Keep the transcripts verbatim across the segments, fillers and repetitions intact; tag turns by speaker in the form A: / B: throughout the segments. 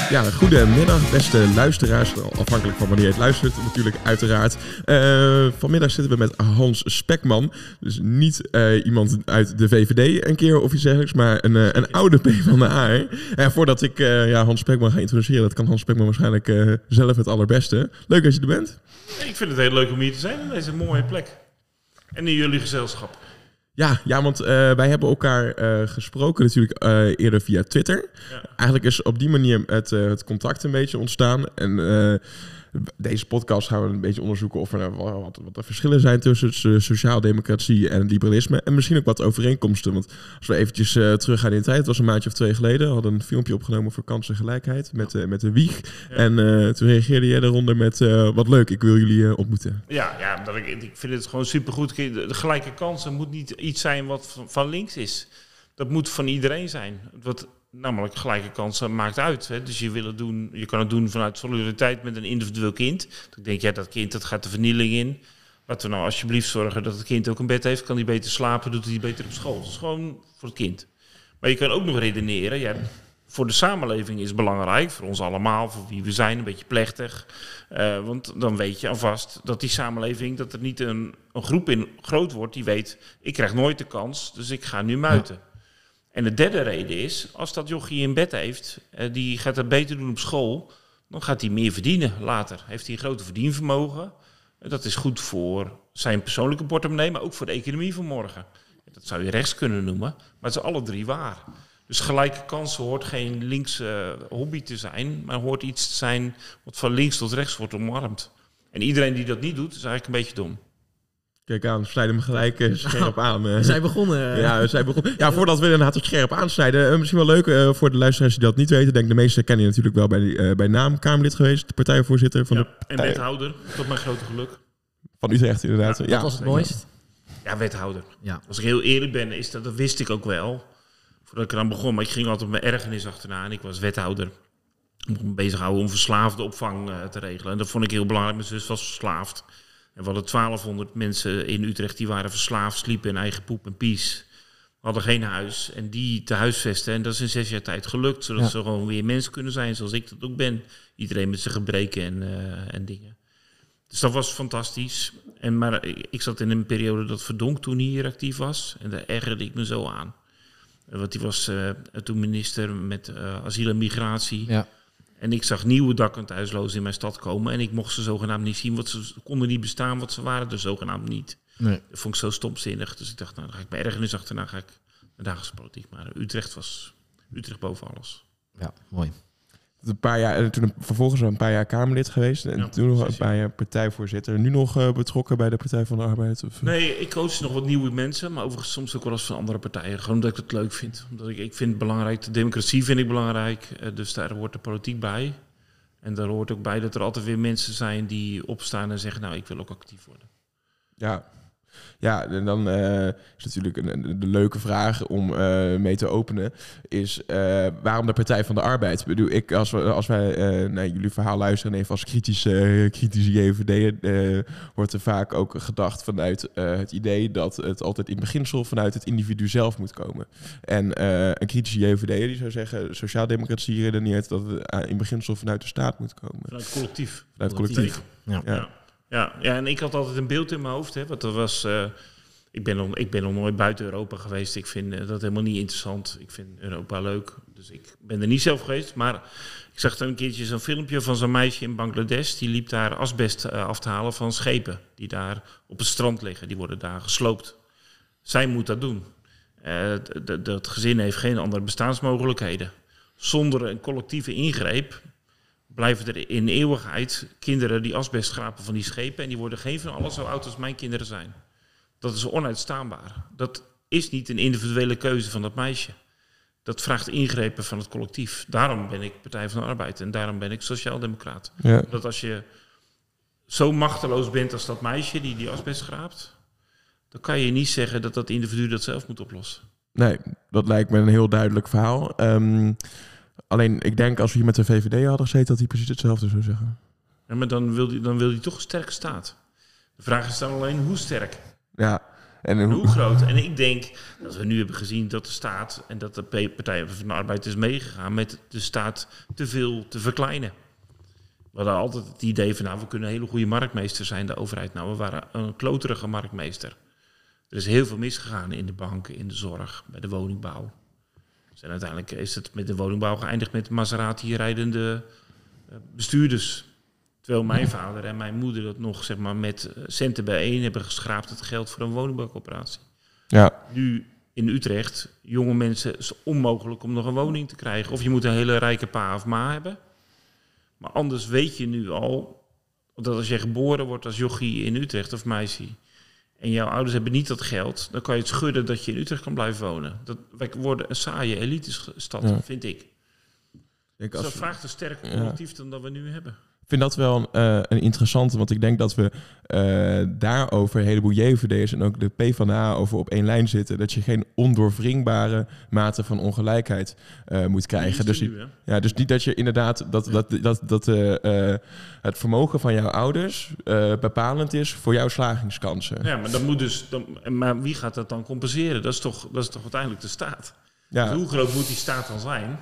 A: Ja, goedemiddag beste luisteraars. Afhankelijk van wanneer je het luistert natuurlijk, uiteraard. Uh, vanmiddag zitten we met Hans Spekman. Dus niet uh, iemand uit de V V D een keer of iets dergelijks, maar een, uh, een oude PvdA. En voordat ik uh, ja, Hans Spekman ga introduceren, dat kan Hans Spekman waarschijnlijk uh, zelf het allerbeste. Leuk dat je er bent.
B: Ik vind het heel leuk om hier te zijn in deze mooie plek. En in jullie gezelschap.
A: Ja, ja, want uh, wij hebben elkaar uh, gesproken natuurlijk uh, eerder via Twitter. Ja. Eigenlijk is op die manier het, uh, het contact een beetje ontstaan. En uh, deze podcast gaan we een beetje onderzoeken of er uh, wat, wat er verschillen zijn tussen uh, sociaaldemocratie en liberalisme. En misschien ook wat overeenkomsten. Want als we eventjes uh, teruggaan in de tijd, het was een maandje of twee geleden, we hadden een filmpje opgenomen voor kansengelijkheid met, uh, met de Wieg. Ja. En uh, toen reageerde jij eronder met uh, wat leuk, ik wil jullie uh, ontmoeten.
B: Ja, ja dat ik, ik vind het gewoon supergoed. De gelijke kansen moet niet iets zijn wat van, van links is. Dat moet van iedereen zijn. Wat namelijk gelijke kansen maakt uit. Hè. Dus je, wil het doen, je kan het doen vanuit solidariteit met een individueel kind. Dan denk je, ja, dat kind dat gaat de vernieling in. Laten we nou alsjeblieft zorgen dat het kind ook een bed heeft. Kan hij beter slapen, doet hij beter op school. Dat is gewoon voor het kind. Maar je kan ook nog redeneren. Ja, voor de samenleving is het belangrijk. Voor ons allemaal, voor wie we zijn. Een beetje plechtig. Uh, want dan weet je alvast dat die samenleving, dat er niet een, een groep in groot wordt die weet, ik krijg nooit de kans, dus ik ga nu muiten. Ja. En de derde reden is, als dat jochie in bed heeft, uh, die gaat het beter doen op school, dan gaat hij meer verdienen later. Heeft hij een groter verdienvermogen. Uh, dat is goed voor zijn persoonlijke portemonnee, maar ook voor de economie van morgen. Dat zou je rechts kunnen noemen, maar het is alle drie waar. Dus gelijke kansen hoort geen linkse uh, hobby te zijn, maar hoort iets te zijn wat van links tot rechts wordt omarmd. En iedereen die dat niet doet, is eigenlijk een beetje dom.
A: Kijk aan, we snijden hem gelijk uh, scherp aan. Uh.
C: We zijn begonnen.
A: Ja, we zijn begonnen. Ja, voordat we inderdaad het scherp aansnijden. Uh, misschien wel leuk uh, voor de luisteraars die dat niet weten. Ik denk de meesten kennen je natuurlijk wel bij, uh, bij naam. Kamerlid geweest, de partijvoorzitter van
B: ja,
A: de partij.
B: En wethouder, tot mijn grote geluk.
A: Van Utrecht inderdaad.
C: Ja,
A: ja.
C: Wat was het mooist?
B: Ja, wethouder.
C: Ja.
B: Als ik heel eerlijk ben, is dat, dat wist ik ook wel. Voordat ik eraan begon. Maar ik ging altijd mijn ergernis achterna. En ik was wethouder. Ik moest me bezighouden om verslaafde opvang uh, te regelen. En dat vond ik heel belangrijk. Mijn zus was verslaafd. En we hadden twaalfhonderd mensen in Utrecht die waren verslaafd, sliepen in eigen poep en pies. We hadden geen huis en die te huisvesten. En dat is in zes jaar tijd gelukt, zodat ja. ze gewoon weer mensen kunnen zijn zoals ik dat ook ben. Iedereen met zijn gebreken en, uh, en dingen. Dus dat was fantastisch. En, maar ik zat in een periode dat Verdonk toen hier actief was. En daar ergerde ik me zo aan. Want die was uh, toen minister met uh, asiel en migratie. Ja. En ik zag nieuwe dak- en thuislozen in mijn stad komen. En ik mocht ze zogenaamd niet zien. Want ze konden niet bestaan, wat ze waren dus zogenaamd niet. Nee. Dat vond ik zo stomzinnig. Dus ik dacht, nou, dan ga ik bij ergernis achterna ga ik naar dagelijkse politiek. Maar Utrecht was Utrecht boven alles.
C: Ja, mooi.
A: Een paar jaar, toen vervolgens een paar jaar Kamerlid geweest. En ja, toen nog een paar jaar partijvoorzitter. Nu nog uh, betrokken bij de Partij van de Arbeid? Of?
B: Nee, ik coach nog wat nieuwe mensen. Maar overigens soms ook wel eens van andere partijen. Gewoon omdat ik het leuk vind. Omdat ik, ik vind het belangrijk. De democratie vind ik belangrijk. Uh, dus daar hoort de politiek bij. En daar hoort ook bij dat er altijd weer mensen zijn die opstaan en zeggen, nou, ik wil ook actief worden.
A: Ja. Ja, en dan uh, is natuurlijk een, een, de leuke vraag om uh, mee te openen, is uh, waarom de Partij van de Arbeid? Ik bedoel, ik, als, we, als wij uh, naar jullie verhaal luisteren en even als kritische, uh, kritische J V D'er, uh, wordt er vaak ook gedacht vanuit uh, het idee dat het altijd in beginsel vanuit het individu zelf moet komen. En uh, een kritische J V D'er die zou zeggen, sociaaldemocratie redeneert dat het uh, in beginsel vanuit de staat moet komen.
B: Vanuit het collectief.
A: Vanuit het collectief.
B: Ja. ja. ja. Ja, ja, en ik had altijd een beeld in mijn hoofd. Hè, want dat was, uh, ik, ben nog, ik ben nog nooit buiten Europa geweest. Ik vind uh, dat helemaal niet interessant. Ik vind Europa leuk. Dus ik ben er niet zelf geweest. Maar ik zag dan een keertje zo'n filmpje van zo'n meisje in Bangladesh. Die liep daar asbest uh, af te halen van schepen. Die daar op het strand liggen. Die worden daar gesloopt. Zij moet dat doen. Uh, d- d- dat gezin heeft geen andere bestaansmogelijkheden. Zonder een collectieve ingreep blijven er in eeuwigheid kinderen die asbest schrapen van die schepen. En die worden geen van allen zo oud als mijn kinderen zijn. Dat is onuitstaanbaar. Dat is niet een individuele keuze van dat meisje. Dat vraagt ingrepen van het collectief. Daarom ben ik Partij van de Arbeid. En daarom ben ik sociaaldemocraat. Ja. Dat als je zo machteloos bent als dat meisje die die asbest schraapt, dan kan je niet zeggen dat dat individu dat zelf moet oplossen.
A: Nee, dat lijkt me een heel duidelijk verhaal. Um, Alleen, ik denk als we hier met de V V D hadden gezeten, dat hij precies hetzelfde zou zeggen.
B: Ja, maar dan wil hij dan wil hij toch een sterke staat. De vraag is dan alleen hoe sterk.
A: Ja, En
B: En
A: hoe,
B: hoe groot? En ik denk dat we nu hebben gezien dat de staat en dat de P- Partij van de Arbeid is meegegaan met de staat te veel te verkleinen. We hadden altijd het idee van, nou, we kunnen een hele goede marktmeester zijn, de overheid. Nou, we waren een kloterige marktmeester. Er is heel veel misgegaan in de banken, in de zorg, bij de woningbouw. Dus en uiteindelijk is het met de woningbouw geëindigd met Maserati-rijdende uh, bestuurders. Terwijl mijn vader en mijn moeder dat nog zeg maar, met centen bijeen hebben geschraapt, het geld voor een woningbouwcoöperatie.
A: ja,
B: Nu in Utrecht, jonge mensen, is het onmogelijk om nog een woning te krijgen. Of je moet een hele rijke pa of ma hebben. Maar anders weet je nu al dat als je geboren wordt als jochie in Utrecht of meisje en jouw ouders hebben niet dat geld, dan kan je het schudden dat je in Utrecht kan blijven wonen. Dat, wij worden een saaie elitestad,
A: Ja.
B: vind ik.
A: ik
B: Dus
A: als,
B: dat vraagt een sterker
A: Ja.
B: collectief dan dat we nu hebben.
A: ik vind dat wel een, eh, een interessante, want ik denk dat we eh, daarover een heleboel J V D's en ook de PvdA over op één lijn zitten. Dat je geen ondoorwringbare mate van ongelijkheid eh, moet krijgen. Dus,
B: Nu, hè?
A: ja, dus niet dat je inderdaad dat, dat, dat, dat eh, eh, het vermogen van jouw ouders eh, bepalend is voor jouw slagingskansen.
B: Ja, maar, dat moet dus, dan, maar wie gaat dat dan compenseren? Dat is toch, dat is toch uiteindelijk de staat?
A: Ja,
B: Dus hoe groot moet die staat dan zijn?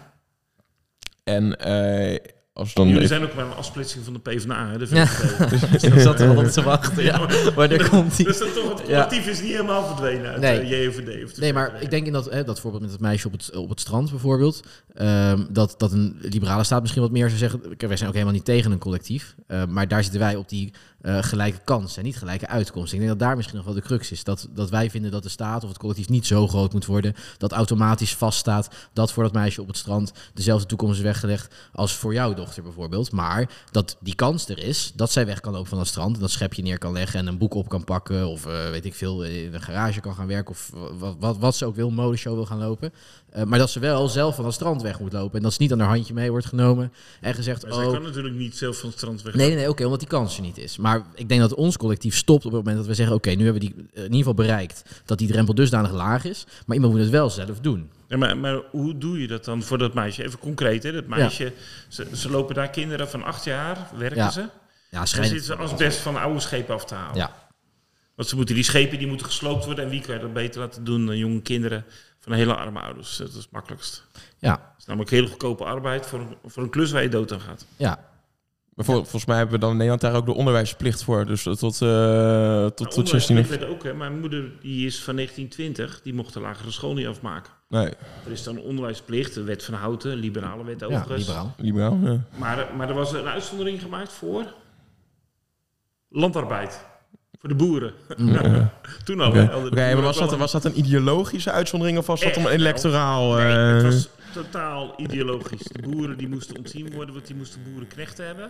A: en eh, als dan...
B: Jullie zijn ook bij een afsplitsing van de PvdA, hè, de
C: Ja.
B: V V D.
C: Ik zat er altijd te wachten. Ja. Wanneer komt die?
B: Dus dat toch, het collectief is niet helemaal verdwenen uit
C: Nee.
B: de J V D. Of de
C: Nee, maar
B: V V D.
C: ik denk in dat, hè, dat voorbeeld met het meisje op het, op het strand bijvoorbeeld, ehm, dat, dat een liberale staat misschien wat meer zou zeggen, kijk, wij zijn ook helemaal niet tegen een collectief, uh, maar daar zitten wij op die uh, gelijke kans en niet gelijke uitkomst. Ik denk dat daar misschien nog wel de crux is. Dat, dat wij vinden dat de staat of het collectief niet zo groot moet worden, dat automatisch vaststaat dat voor dat meisje op het strand dezelfde toekomst is weggelegd als voor jouw dochter bijvoorbeeld. Maar dat die kans er is, dat zij weg kan lopen van het strand, dat schepje neer kan leggen en een boek op kan pakken of uh, weet ik veel, in een garage kan gaan werken of wat, wat, wat ze ook wil, een modeshow wil gaan lopen. Uh, maar dat ze wel zelf van het strand weg moet lopen en dat ze niet aan haar handje mee wordt genomen en gezegd,
B: Maar zij
C: oh,
B: kan natuurlijk niet zelf van het strand weg.
C: nee, nee, nee, oké, okay, omdat die kans er niet is. Maar ik denk dat ons collectief stopt op het moment dat we zeggen, oké, okay, nu hebben we die uh, in ieder geval bereikt dat die drempel dusdanig laag is, maar iemand moet het wel zelf doen.
B: Ja, maar, maar hoe doe je dat dan voor dat meisje? Even concreet, hè? Dat meisje, ja. ze, ze lopen daar kinderen van acht jaar, werken
C: ja.
B: ze.
C: Ja,
B: dan
C: schijnt...
B: zitten ze als best van oude schepen af te halen.
C: Ja.
B: Want ze moeten die schepen die moeten gesloopt worden. En wie kan je dat beter laten doen dan jonge kinderen van hele arme ouders? Dat is het makkelijkst.
C: Ja.
B: Het is namelijk hele goedkope arbeid voor een, voor een klus waar je dood aan gaat.
C: Ja.
A: Maar vol, volgens mij hebben we dan in Nederland daar ook de onderwijsplicht voor. Dus tot, uh, tot, nou, tot zestien of...
B: werd ook, hè. Mijn moeder die is van negentien twintig. Die mocht de lagere school niet afmaken.
A: Nee.
B: Er is dan onderwijsplicht. De wet van Houten, liberale wet overigens.
C: Ja, liberaal.
A: Liberaal, ja.
B: Maar, maar er was een uitzondering gemaakt voor landarbeid. Voor de boeren.
A: Ja.
B: Toen al.
A: Oké,
B: Okay.
A: okay, maar was dat, was dat een ideologische uitzondering of was dat een electoraal?
B: Nee,
A: uh...
B: het was totaal ideologisch. De boeren die moesten ontzien worden, want die moesten boerenknechten hebben.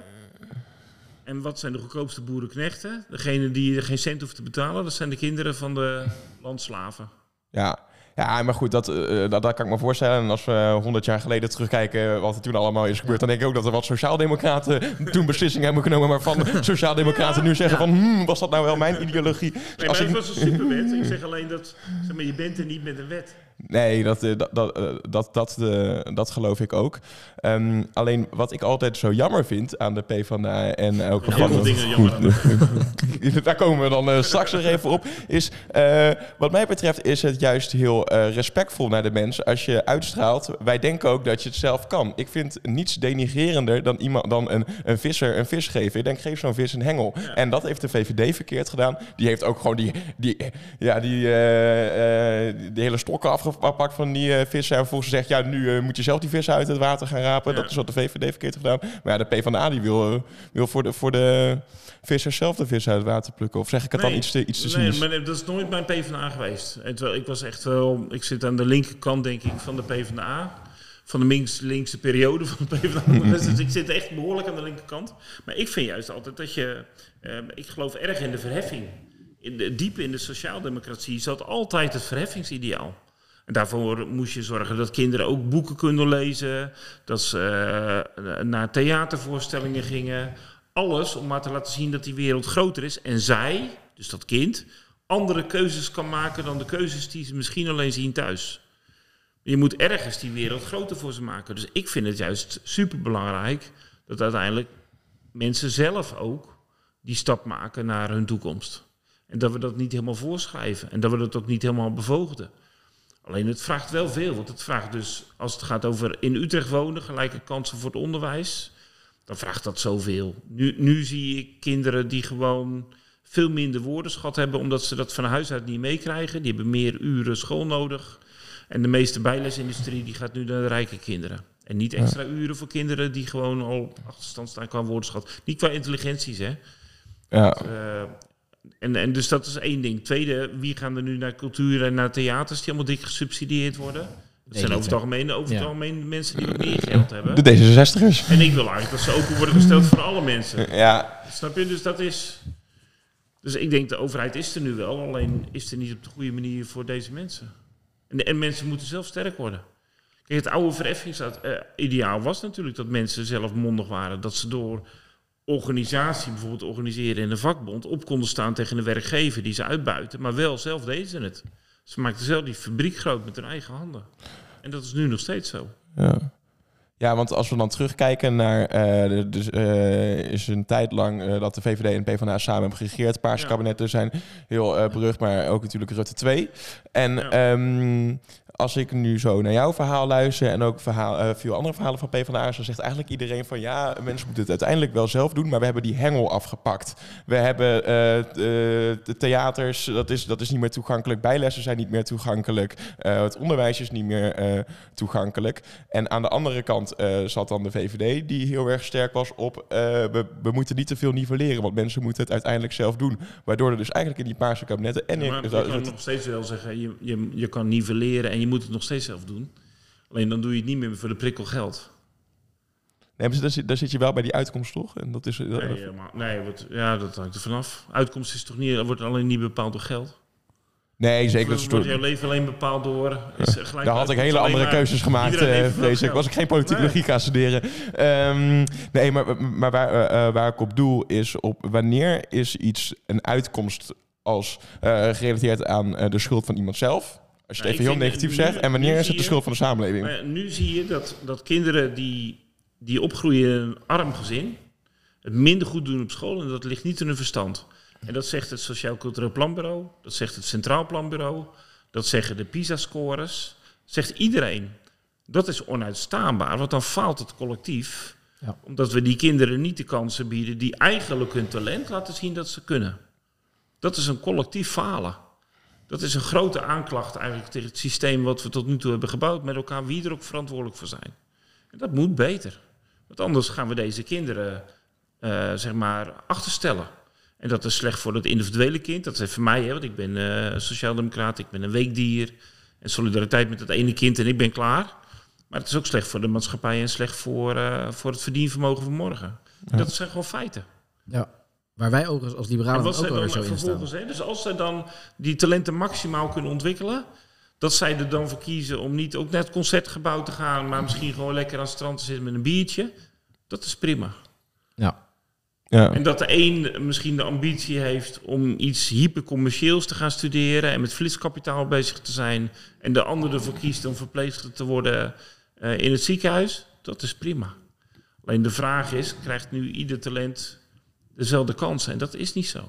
B: En wat zijn de goedkoopste boerenknechten? Degene die er geen cent hoeft te betalen, dat zijn de kinderen van de landslaven.
A: Ja. Ja, maar goed, dat, uh, dat, dat kan ik me voorstellen. En als we honderd jaar geleden terugkijken wat er toen allemaal is gebeurd, dan denk ik ook dat er wat sociaaldemocraten toen beslissingen hebben genomen, waarvan sociaaldemocraten nu zeggen van, hmm, was dat nou wel mijn ideologie?
B: Nee, maar
A: als
B: het
A: ik...
B: was een superwet. Ik zeg alleen dat, zeg maar, je bent er niet met een wet.
A: Nee, dat, dat, dat, dat, dat, dat geloof ik ook. Um, alleen wat ik altijd zo jammer vind aan de PvdA en ook...
B: Heel
A: van
B: veel dingen jammer.
A: Daar komen we dan uh, straks nog even op. Is, uh, wat mij betreft is het juist heel uh, respectvol naar de mensen als je uitstraalt. Wij denken ook dat je het zelf kan. Ik vind niets denigrerender dan, iemand, dan een, een visser een vis geven. Ik denk, geef zo'n vis een hengel. Ja. En dat heeft de V V D verkeerd gedaan. Die heeft ook gewoon die, die, ja, die, uh, uh, die hele stokken afgepakt van die uh, vissen. En vervolgens zegt, ja, nu uh, moet je zelf die vissen uit het water gaan rapen. Ja. Dat is wat de V V D verkeerd heeft gedaan. Maar ja, de PvdA die wil, uh, wil voor de... Voor de vissers zelf de vis uit het water plukken? Of zeg ik het nee, dan iets te, iets te
B: nee,
A: cynisch?
B: Maar dat is nooit mijn PvdA geweest. Ik was echt wel... Ik zit aan de linkerkant, denk ik, van de PvdA. Van de minst linkse periode van de PvdA. Dus ik zit echt behoorlijk aan de linkerkant. Maar ik vind juist altijd dat je... Uh, ik geloof erg in de verheffing. In de, diep in de sociaaldemocratie zat altijd het verheffingsideaal. En daarvoor moest je zorgen dat kinderen ook boeken kunnen lezen. Dat ze uh, naar theatervoorstellingen gingen... Alles om maar te laten zien dat die wereld groter is. En zij, dus dat kind, andere keuzes kan maken dan de keuzes die ze misschien alleen zien thuis. Je moet ergens die wereld groter voor ze maken. Dus ik vind het juist superbelangrijk dat uiteindelijk mensen zelf ook die stap maken naar hun toekomst. En dat we dat niet helemaal voorschrijven. En dat we dat ook niet helemaal bevoogden. Alleen het vraagt wel veel. Want het vraagt dus, als het gaat over in Utrecht wonen, gelijke kansen voor het onderwijs, dan vraagt dat zoveel. Nu, nu zie ik kinderen die gewoon veel minder woordenschat hebben, omdat ze dat van huis uit niet meekrijgen. Die hebben meer uren school nodig. En de meeste bijlesindustrie die gaat nu naar de rijke kinderen. En niet extra ja. uren voor kinderen die gewoon al op achterstand staan qua woordenschat. Niet qua intelligenties, hè.
A: Ja.
B: Uh, en, en dus dat is één ding. Tweede, wie gaan er nu naar cultuur en naar theaters die allemaal dik gesubsidieerd worden? Dat nee, zijn over het algemeen, over het ja. algemeen mensen die wat meer geld hebben.
A: De D zesenzestigers.
B: En ik wil eigenlijk dat ze open worden gesteld voor alle mensen.
A: Ja.
B: Snap je? Dus dat is... Dus ik denk, de overheid is er nu wel, alleen is er niet op de goede manier voor deze mensen. En, en mensen moeten zelf sterk worden. Kijk, het oude vereffingsideaal was natuurlijk dat mensen zelf mondig waren. Dat ze door organisatie, bijvoorbeeld organiseren in een vakbond, op konden staan tegen de werkgever die ze uitbuiten. Maar wel, zelf deden ze het. Ze maakten zelf die fabriek groot met hun eigen handen. En dat is nu nog steeds zo.
A: Ja. Ja, want als we dan terugkijken naar... Uh, dus uh, is een tijd lang uh, dat de V V D en PvdA samen hebben geregeerd. Paarse ja. kabinetten zijn heel uh, berucht, maar ook natuurlijk Rutte twee. En ja. um, als ik nu zo naar jouw verhaal luister en ook verhaal, uh, veel andere verhalen van PvdA, dan zegt eigenlijk iedereen van ja, mensen moeten het uiteindelijk wel zelf doen, maar we hebben die hengel afgepakt. We hebben uh, de, de theaters, dat is, dat is niet meer toegankelijk. Bijlessen zijn niet meer toegankelijk. Uh, het onderwijs is niet meer uh, toegankelijk. En aan de andere kant uh, zat dan de V V D, die heel erg sterk was op uh, we, we moeten niet te veel nivelleren, want mensen moeten het uiteindelijk zelf doen. Waardoor er dus eigenlijk in die paarse kabinetten... En
B: ja, maar
A: ik,
B: je kan nog steeds wel zeggen, je, je, je kan nivelleren en je moet het nog steeds zelf doen. Alleen dan doe je het niet meer voor de prikkel geld.
A: Nee, maar daar zit, daar zit je wel bij die uitkomst, toch? En dat is, dat,
B: nee, ja, maar, nee wat, ja, dat hangt er vanaf. Uitkomst is toch niet, wordt alleen niet bepaald door geld.
A: Nee, zeker.
B: Dat wordt jouw leven alleen bepaald door... Is
A: ja, daar had ik hele andere keuzes gemaakt, uh, vrees ik. Was ik geen politiek nee. logiek gaan studeren. Um, nee, maar, maar waar, uh, waar ik op doel is op wanneer is iets een uitkomst als uh, gerelateerd aan uh, de schuld van iemand zelf? Als je het nou, even heel negatief nu, zegt. En wanneer is het de schuld van de samenleving?
B: Uh, nu zie je dat, dat kinderen die, die opgroeien in een arm gezin het minder goed doen op school en dat ligt niet in hun verstand. En dat zegt het Sociaal Cultureel Planbureau, dat zegt het Centraal Planbureau, dat zeggen de PISA-scores, zegt iedereen. Dat is onuitstaanbaar, want dan faalt het collectief. Ja. Omdat we die kinderen niet de kansen bieden die eigenlijk hun talent laten zien dat ze kunnen. Dat is een collectief falen. Dat is een grote aanklacht eigenlijk tegen het systeem wat we tot nu toe hebben gebouwd met elkaar, wie er ook verantwoordelijk voor zijn. En dat moet beter. Want anders gaan we deze kinderen uh, zeg maar achterstellen. En dat is slecht voor het individuele kind. Dat is voor mij, hè, want ik ben uh, sociaaldemocraat, ik ben een weekdier. En solidariteit met het ene kind en ik ben klaar. Maar het is ook slecht voor de maatschappij en slecht voor, uh, voor het verdienvermogen van morgen. Ja. Dat zijn gewoon feiten.
C: Ja, waar wij ook als, als liberalen ook wel zo in staan.
B: Hè, dus als zij dan die talenten maximaal kunnen ontwikkelen, dat zij er dan voor kiezen om niet ook naar het concertgebouw te gaan, maar misschien gewoon lekker aan het strand te zitten met een biertje, dat is prima.
C: Ja.
B: Ja. En dat de een misschien de ambitie heeft om iets hypercommercieels te gaan studeren en met flitskapitaal bezig te zijn. En de ander ervoor kiest om verpleegster te worden uh, in het ziekenhuis. Dat is prima. Alleen de vraag is, krijgt nu ieder talent dezelfde kansen? En dat is niet zo.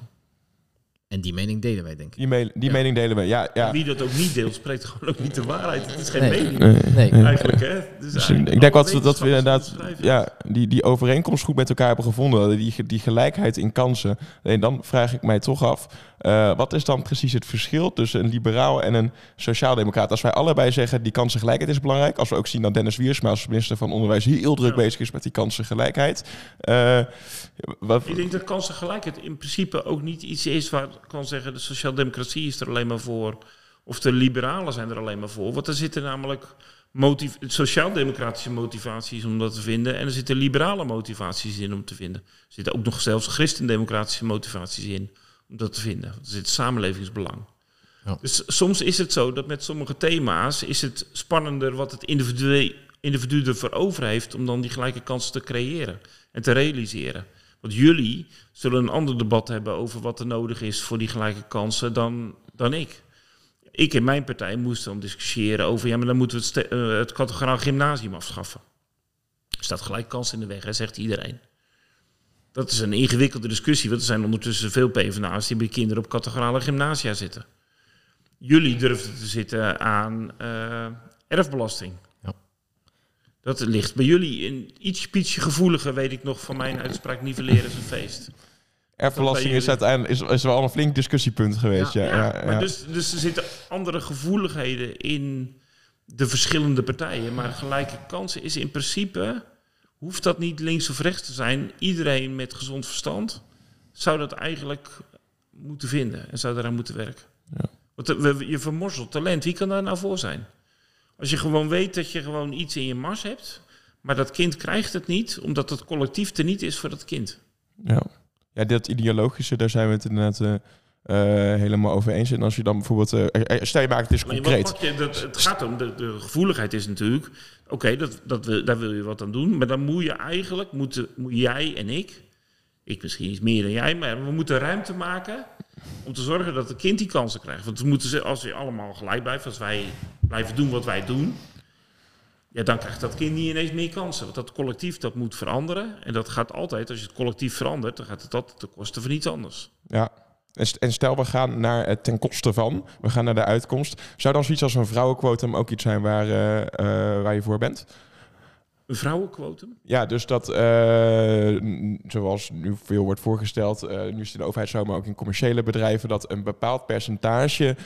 C: En die mening delen wij, denk ik.
A: Die, me- die ja. mening delen wij, ja, ja.
B: Wie dat ook niet deelt, spreekt gewoon ook niet de waarheid. Het is geen nee. mening.
C: Nee. nee.
B: Eigenlijk, hè. Dus
A: dus ik denk wat we, dat we inderdaad ja, die, die overeenkomst goed met elkaar hebben gevonden. Die, die gelijkheid in kansen. En dan vraag ik mij toch af, uh, wat is dan precies het verschil tussen een liberaal en een sociaaldemocraat? Als wij allebei zeggen, die kansengelijkheid is belangrijk. Als we ook zien dat Dennis Wiersma als minister van Onderwijs heel druk ja. bezig is met die kansengelijkheid. Uh, wat...
B: Ik denk dat kansengelijkheid in principe ook niet iets is waar ik kan zeggen, de sociaaldemocratie is er alleen maar voor. Of de liberalen zijn er alleen maar voor. Want er zitten namelijk motiv- sociaal-democratische motivaties om dat te vinden. En er zitten liberale motivaties in om te vinden. Er zitten ook nog zelfs christendemocratische motivaties in om dat te vinden. Er zit samenlevingsbelang. Ja. Dus soms is het zo dat met sommige thema's is het spannender wat het individu, individu ervoor over heeft om dan die gelijke kansen te creëren en te realiseren. Want jullie zullen een ander debat hebben over wat er nodig is voor die gelijke kansen dan, dan ik. Ik en mijn partij moesten dan discussiëren over, ja, maar dan moeten we het, st- uh, het categoraal gymnasium afschaffen. Er staat gelijk kans in de weg, hè, zegt iedereen. Dat is een ingewikkelde discussie, want er zijn ondertussen veel PvdA's die bij kinderen op categorale gymnasia zitten. Jullie durfden te zitten aan uh, erfbelasting. Ja. Dat ligt bij jullie een iets pietje gevoeliger, weet ik nog van mijn uitspraak, nivelleren is een feest.
A: Erfbelasting is uiteindelijk is, is wel een flink discussiepunt geweest. Ja, ja,
B: ja,
A: ja,
B: maar
A: ja.
B: Dus, dus er zitten andere gevoeligheden in de verschillende partijen. Maar gelijke kansen is in principe, hoeft dat niet links of rechts te zijn. Iedereen met gezond verstand zou dat eigenlijk moeten vinden en zou daaraan moeten werken. Ja. Want je vermorselt talent. Wie kan daar nou voor zijn? Als je gewoon weet dat je gewoon iets in je mars hebt, maar dat kind krijgt het niet, omdat het collectief er niet is voor dat kind.
A: Ja, ja dat ideologische, daar zijn we het inderdaad uh, uh, helemaal over eens. En als je dan bijvoorbeeld, uh, stel je maakt het is concreet.
B: Je, dat, het gaat om, de, de gevoeligheid is natuurlijk, oké, okay, dat, dat wil, daar wil je wat aan doen, maar dan moet je eigenlijk, moet, moet jij en ik, ik misschien iets meer dan jij, maar we moeten ruimte maken om te zorgen dat het kind die kansen krijgt. Want we moeten, als we allemaal gelijk blijven, als wij blijven doen wat wij doen, ja, dan krijgt dat kind niet ineens meer kansen. Want dat collectief, dat moet veranderen. En dat gaat altijd, als je het collectief verandert, dan gaat het altijd ten koste van iets anders.
A: Ja, en stel we gaan naar het ten koste van, we gaan naar de uitkomst. Zou dan zoiets als een vrouwenquotum ook iets zijn waar, uh, uh, waar je voor bent?
B: Een vrouwenquotum?
A: Ja, dus dat, uh, zoals nu veel wordt voorgesteld, uh, nu is het in de overheid zo, maar ook in commerciële bedrijven, dat een bepaald percentage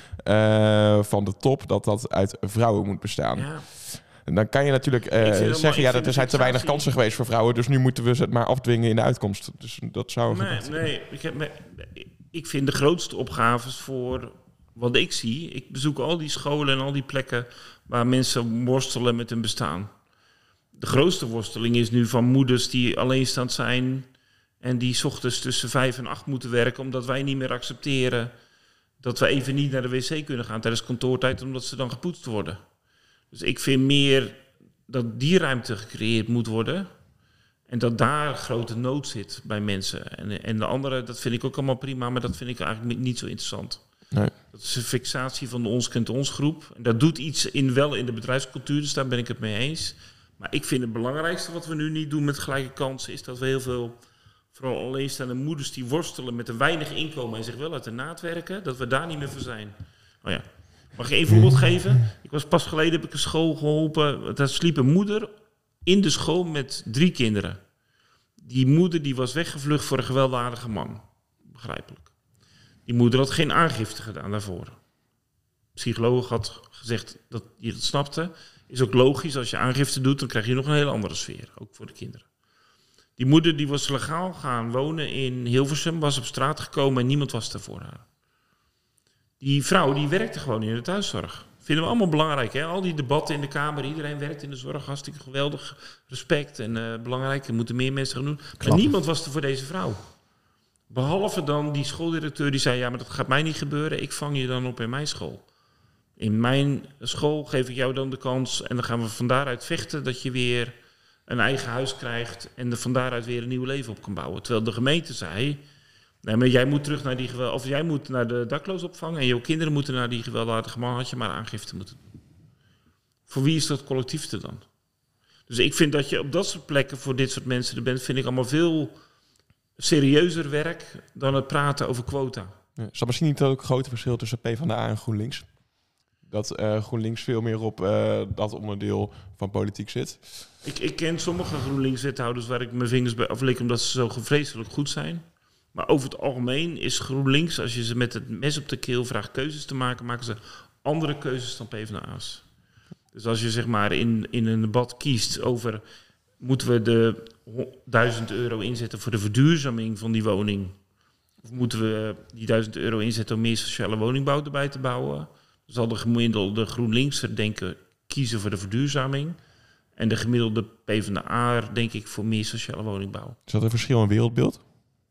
A: uh, van de top, dat dat uit vrouwen moet bestaan. Ja. En dan kan je natuurlijk uh, zeggen, maar, ja, dat er zijn te weinig kansen geweest voor vrouwen, dus nu moeten we het maar afdwingen in de uitkomst. Dus dat zou...
B: Nee, nee ik, heb, ik vind de grootste opgaves voor wat ik zie, ik bezoek al die scholen en al die plekken waar mensen worstelen met hun bestaan. De grootste worsteling is nu van moeders die alleenstaand zijn en die 's ochtends tussen vijf en acht moeten werken, omdat wij niet meer accepteren dat we even niet naar de wc kunnen gaan tijdens kantoortijd, omdat ze dan gepoetst worden. Dus ik vind meer dat die ruimte gecreëerd moet worden en dat daar grote nood zit bij mensen. En, en de andere, dat vind ik ook allemaal prima, maar dat vind ik eigenlijk niet zo interessant. Nee. Dat is een fixatie van de ons kent ons groep. En dat doet iets in, wel in de bedrijfscultuur, dus daar ben ik het mee eens. Maar ik vind het belangrijkste wat we nu niet doen met gelijke kansen, is dat we heel veel, vooral alleenstaande moeders die worstelen met een weinig inkomen en zich wel uit de naad werken, dat we daar niet meer voor zijn. Oh ja. Mag je één voorbeeld geven? Ik was pas geleden, heb ik een school geholpen. Daar sliep een moeder in de school met drie kinderen. Die moeder die was weggevlucht voor een gewelddadige man. Begrijpelijk. Die moeder had geen aangifte gedaan daarvoor. De psycholoog had gezegd dat je dat snapte. Is ook logisch, als je aangifte doet, dan krijg je nog een hele andere sfeer. Ook voor de kinderen. Die moeder die was legaal gaan wonen in Hilversum, was op straat gekomen en niemand was er voor haar. Die vrouw die werkte gewoon in de thuiszorg. Vinden we allemaal belangrijk, hè? Al die debatten in de Kamer, iedereen werkt in de zorg, hartstikke geweldig, respect en uh, belangrijk. Er moeten meer mensen gaan doen. Maar Klappen. Niemand was er voor deze vrouw. Behalve dan die schooldirecteur die zei, ja, maar dat gaat mij niet gebeuren, ik vang je dan op in mijn school. In mijn school geef ik jou dan de kans en dan gaan we van daaruit vechten dat je weer een eigen huis krijgt en er van daaruit weer een nieuw leven op kan bouwen. Terwijl de gemeente zei, nee, maar jij moet terug naar die geweld, of jij moet naar de dakloosopvang en jouw kinderen moeten naar die gewelddadige man, had je maar aangifte moeten doen. Voor wie is dat collectief er dan? Dus ik vind dat je op dat soort plekken voor dit soort mensen er bent, vind ik allemaal veel serieuzer werk dan het praten over quota.
A: Ja, is dat misschien niet ook een groot verschil tussen PvdA en GroenLinks? Dat uh, GroenLinks veel meer op uh, dat onderdeel van politiek zit.
B: Ik, ik ken sommige GroenLinks-wethouders waar ik mijn vingers bij aflik omdat ze zo vreselijk goed zijn. Maar over het algemeen is GroenLinks, als je ze met het mes op de keel vraagt keuzes te maken, maken ze andere keuzes dan PvdA's. Dus als je zeg maar in, in een debat kiest over, moeten we de duizend euro inzetten voor de verduurzaming van die woning? Of moeten we die duizend euro inzetten om meer sociale woningbouw erbij te bouwen? Dan zal de gemiddelde GroenLinkser denken, kiezen voor de verduurzaming. En de gemiddelde PvdA denk ik voor meer sociale woningbouw.
A: Is dat een verschil in wereldbeeld?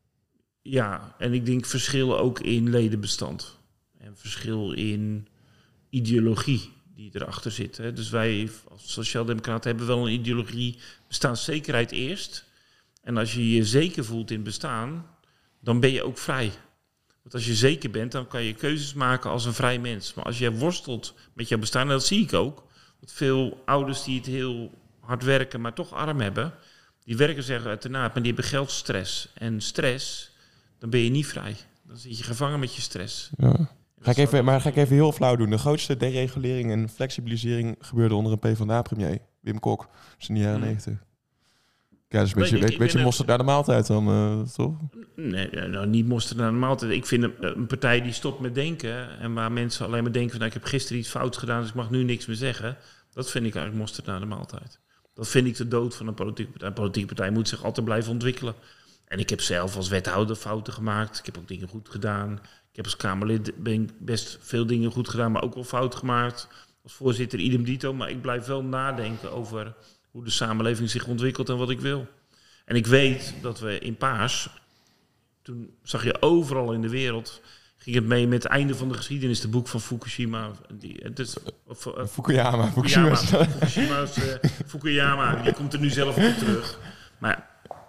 B: Ja, en ik denk verschil ook in ledenbestand. En verschil in ideologie die erachter zit. Hè. Dus wij als Sociaaldemocraten hebben wel een ideologie, bestaanszekerheid eerst. En als je je zeker voelt in bestaan, dan ben je ook vrij. Want als je zeker bent, dan kan je keuzes maken als een vrij mens. Maar als jij worstelt met jouw bestaan, en dat zie ik ook. Want veel ouders die het heel hard werken, maar toch arm hebben, Die werken zeggen uiteraard, maar die hebben geldstress. En stress, dan ben je niet vrij. Dan zit je gevangen met je stress.
A: Ja. Ga ik even, maar ga ik even heel flauw doen. De grootste deregulering en flexibilisering gebeurde onder een PvdA-premier, Wim Kok. Dat is in de jaren negentig. Ja, dat is een beetje,
B: ik,
A: beetje,
B: ik
A: beetje
B: ben
A: mosterd naar de maaltijd dan, uh, toch?
B: Nee, nou, niet mosterd naar de maaltijd. Ik vind een, een partij die stopt met denken... en waar mensen alleen maar denken van... Nou, ik heb gisteren iets fout gedaan, dus ik mag nu niks meer zeggen. Dat vind ik eigenlijk mosterd naar de maaltijd. Dat vind ik de dood van een politieke partij. Een politieke partij moet zich altijd blijven ontwikkelen. En ik heb zelf als wethouder fouten gemaakt. Ik heb ook dingen goed gedaan. Ik heb als Kamerlid ben ik best veel dingen goed gedaan... maar ook wel fout gemaakt. Als voorzitter idem dito. Maar ik blijf wel nadenken over... hoe de samenleving zich ontwikkelt en wat ik wil. En ik weet dat we in Paars... toen zag je overal in de wereld... ging het mee met het einde van de geschiedenis... de boek van Fukushima. Die, het is, of, uh,
A: Fukuyama.
B: Fukuyama. Fukushima's, uh, Fukuyama. Die komt er nu zelf op terug. Maar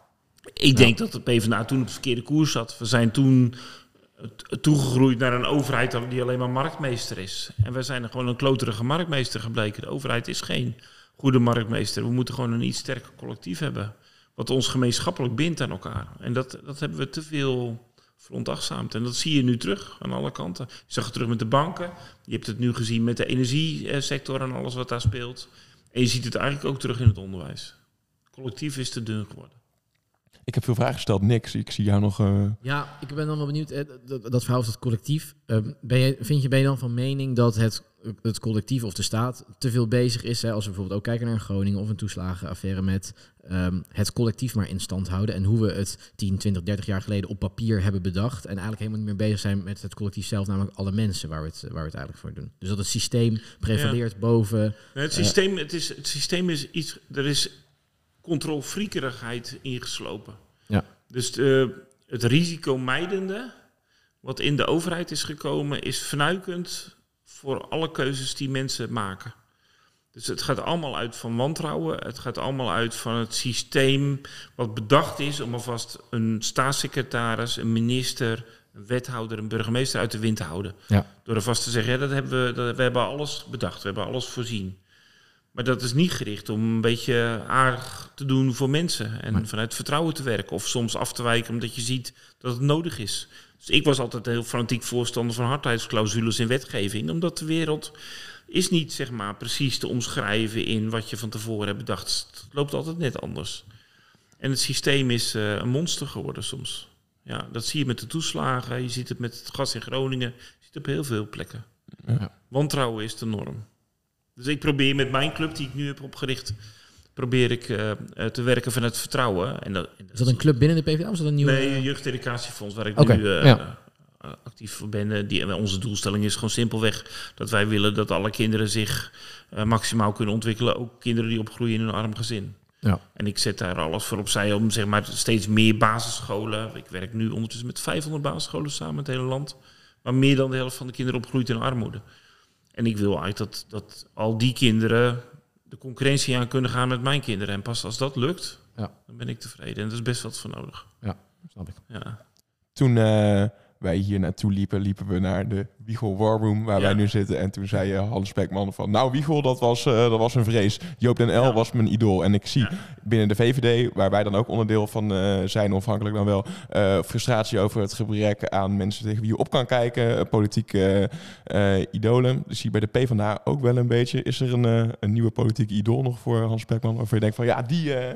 B: ik denk ja. dat de PvdA toen op de verkeerde koers zat. We zijn toen toegegroeid naar een overheid... die alleen maar marktmeester is. En wij zijn er gewoon een kloterige marktmeester gebleken. De overheid is geen... goede marktmeester. We moeten gewoon een iets sterker collectief hebben. Wat ons gemeenschappelijk bindt aan elkaar. En dat, dat hebben we te veel veronachtzaamd. En dat zie je nu terug aan alle kanten. Je zag het terug met de banken. Je hebt het nu gezien met de energiesector en alles wat daar speelt. En je ziet het eigenlijk ook terug in het onderwijs. Collectief is te dun geworden.
A: Ik heb veel vragen gesteld, niks. Ik zie jou nog... Uh...
C: Ja, ik ben dan wel benieuwd. Eh, dat, dat verhaal van het collectief. Uh, ben je, vind je, ben je dan van mening dat het, het collectief of de staat te veel bezig is? Hè, als we bijvoorbeeld ook kijken naar Groningen of een toeslagenaffaire met um, het collectief maar in stand houden. En hoe we het tien, twintig, dertig jaar geleden op papier hebben bedacht. En eigenlijk helemaal niet meer bezig zijn met het collectief zelf, namelijk alle mensen waar we het, waar we het eigenlijk voor doen. Dus dat het systeem prevaleert ja. boven...
B: Nee, het, systeem, uh, het, is, het systeem is iets... Er is controlfriekerigheid ingeslopen. Ja. Dus de, het risicomijdende wat in de overheid is gekomen... is fnuikend voor alle keuzes die mensen maken. Dus het gaat allemaal uit van wantrouwen. Het gaat allemaal uit van het systeem wat bedacht is... om alvast een staatssecretaris, een minister, een wethouder... een burgemeester uit de wind te houden. Ja. Door alvast te zeggen, ja, dat hebben we, dat, we hebben alles bedacht, we hebben alles voorzien. Maar dat is niet gericht om een beetje aardig te doen voor mensen. En maar vanuit vertrouwen te werken. Of soms af te wijken omdat je ziet dat het nodig is. Dus ik was altijd een heel fanatiek voorstander van hardheidsclausules in wetgeving. Omdat de wereld is niet zeg maar precies te omschrijven in wat je van tevoren hebt bedacht. Het loopt altijd net anders. En het systeem is uh, een monster geworden soms. Ja, dat zie je met de toeslagen. Je ziet het met het gas in Groningen. Je ziet het op heel veel plekken. Ja. Wantrouwen is de norm. Dus ik probeer met mijn club, die ik nu heb opgericht... probeer ik uh, te werken vanuit vertrouwen. En dat, en dat
C: is dat een club binnen de PvdA of is dat een nieuwe...
B: Nee, een jeugdeducatiefonds waar ik
C: okay,
B: nu uh, ja. uh, actief voor ben. Die, onze doelstelling is gewoon simpelweg... dat wij willen dat alle kinderen zich uh, maximaal kunnen ontwikkelen. Ook kinderen die opgroeien in een arm gezin. Ja. En ik zet daar alles voor opzij om zeg maar, steeds meer basisscholen... Ik werk nu ondertussen met vijfhonderd basisscholen samen in het hele land... waar meer dan de helft van de kinderen opgroeit in armoede. En ik wil eigenlijk dat, dat al die kinderen de concurrentie aan kunnen gaan met mijn kinderen. En pas als dat lukt, ja. dan ben ik tevreden. En dat is best wat voor nodig.
C: Ja, snap ik.
B: Ja.
A: Toen uh, wij hier naartoe liepen, liepen we naar de Wiegel War Room, waar ja. wij nu zitten. En toen zei uh, Hans Spekman van, nou Wiegel, dat was, uh, dat was een vrees. Joop den Uyl ja. was mijn idool. En ik zie ja. binnen de V V D, waar wij dan ook onderdeel van uh, zijn, onafhankelijk dan wel, uh, frustratie over het gebrek aan mensen tegen wie je op kan kijken, uh, politieke uh, uh, idolen. Dus hier bij de PvdA ook wel een beetje. Is er een, uh, een nieuwe politieke idool nog voor Hans Spekman, waarvan je denkt van, ja, die, uh,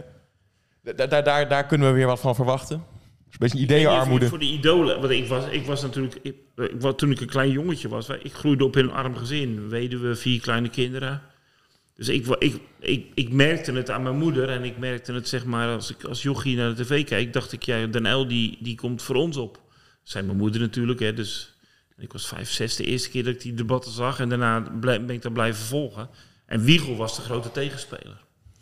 A: d- d- daar, daar kunnen we weer wat van verwachten? Een beetje ideeënarmoede.
B: Voor de idolen. Want ik was, ik was natuurlijk... Ik, ik, toen ik een klein jongetje was... Ik groeide op in een arm gezin. Weduwe, vier kleine kinderen. Dus ik, ik, ik, ik merkte het aan mijn moeder. En ik merkte het zeg maar... Als ik als jochie naar de tv keek... dacht ik, ja, Den Uyl die, die komt voor ons op. Dat zei mijn moeder natuurlijk. Hè, dus ik was vijf, zes de eerste keer dat ik die debatten zag. En daarna ben ik daar blijven volgen. En Wiegel was de grote tegenspeler.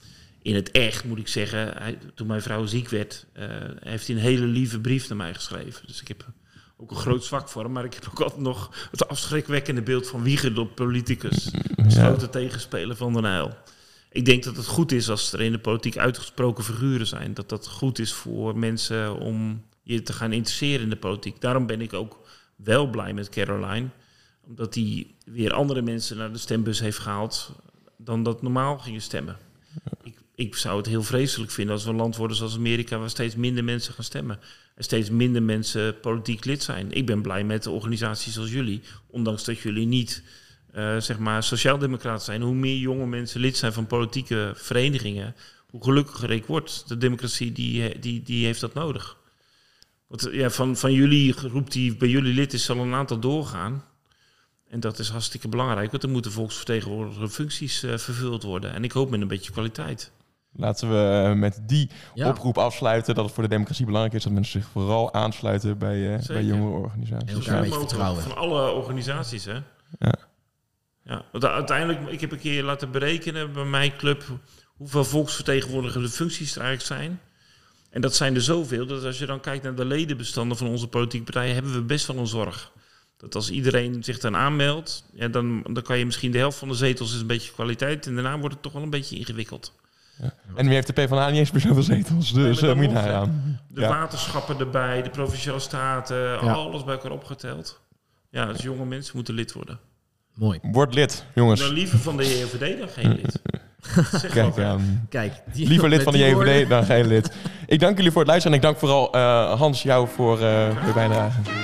B: In het echt, moet ik zeggen, hij, toen mijn vrouw ziek werd, uh, heeft hij een hele lieve brief naar mij geschreven. Dus ik heb ook een groot zwak voor hem, maar ik heb ook altijd nog het afschrikwekkende beeld van Wiegel, de politicus. De grote tegenspeler van Den Uyl. Ik denk dat het goed is als er in de politiek uitgesproken figuren zijn. Dat dat goed is voor mensen om je te gaan interesseren in de politiek. Daarom ben ik ook wel blij met Caroline. Omdat die weer andere mensen naar de stembus heeft gehaald dan dat normaal gingen stemmen. Ik, ik zou het heel vreselijk vinden als we een land worden zoals Amerika, waar steeds minder mensen gaan stemmen. En steeds minder mensen politiek lid zijn. Ik ben blij met de organisaties zoals jullie. Ondanks dat jullie niet uh, zeg maar sociaaldemocraat zijn. Hoe meer jonge mensen lid zijn van politieke verenigingen, hoe gelukkiger ik word. De democratie die, die, die heeft dat nodig. Want ja, van, van jullie groep die bij jullie lid is, zal een aantal doorgaan. En dat is hartstikke belangrijk, want er moeten volksvertegenwoordigende functies uh, vervuld worden. En ik hoop met een beetje kwaliteit.
D: Laten we uh, met die
C: Ja.
D: oproep afsluiten dat het voor de democratie belangrijk is dat mensen zich vooral aansluiten bij, uh, bij jonge organisaties.
C: En elkaar
B: Ja,
C: een beetje
B: maar ook
C: vertrouwen.
B: van alle organisaties, hè?
D: Ja.
B: Ja, want uiteindelijk, ik heb een keer laten berekenen bij mijn club hoeveel volksvertegenwoordigende functies er eigenlijk zijn. En dat zijn er zoveel, dat als je dan kijkt naar de ledenbestanden van onze politieke partijen, hebben we best wel een zorg. Dat als iedereen zich dan aanmeldt, ja, dan, dan kan je misschien de helft van de zetels is een beetje kwaliteit. En daarna wordt het toch wel een beetje ingewikkeld.
D: Ja. En nu heeft de PvdA niet eens meer zoveel zetels, dus
B: Nee,
D: uh,
B: maar
D: moet je
B: dan nog,
D: nagaan.
B: De
D: Ja.
B: waterschappen erbij, de provinciale staten,
C: Ja.
B: alles bij elkaar opgeteld. Ja, dus jonge mensen moeten lid worden.
C: Mooi.
D: Word lid, jongens.
B: Dan liever van de J V D dan geen lid. Zeg
D: Kijk
B: wel.
D: aan.
C: Kijk, die-
D: Liever lid
C: met
D: van de
C: die
D: J V D
C: woorden-
D: dan geen lid. Ik dank jullie voor het luisteren en ik dank vooral uh, Hans jou voor uh, de bijdrage.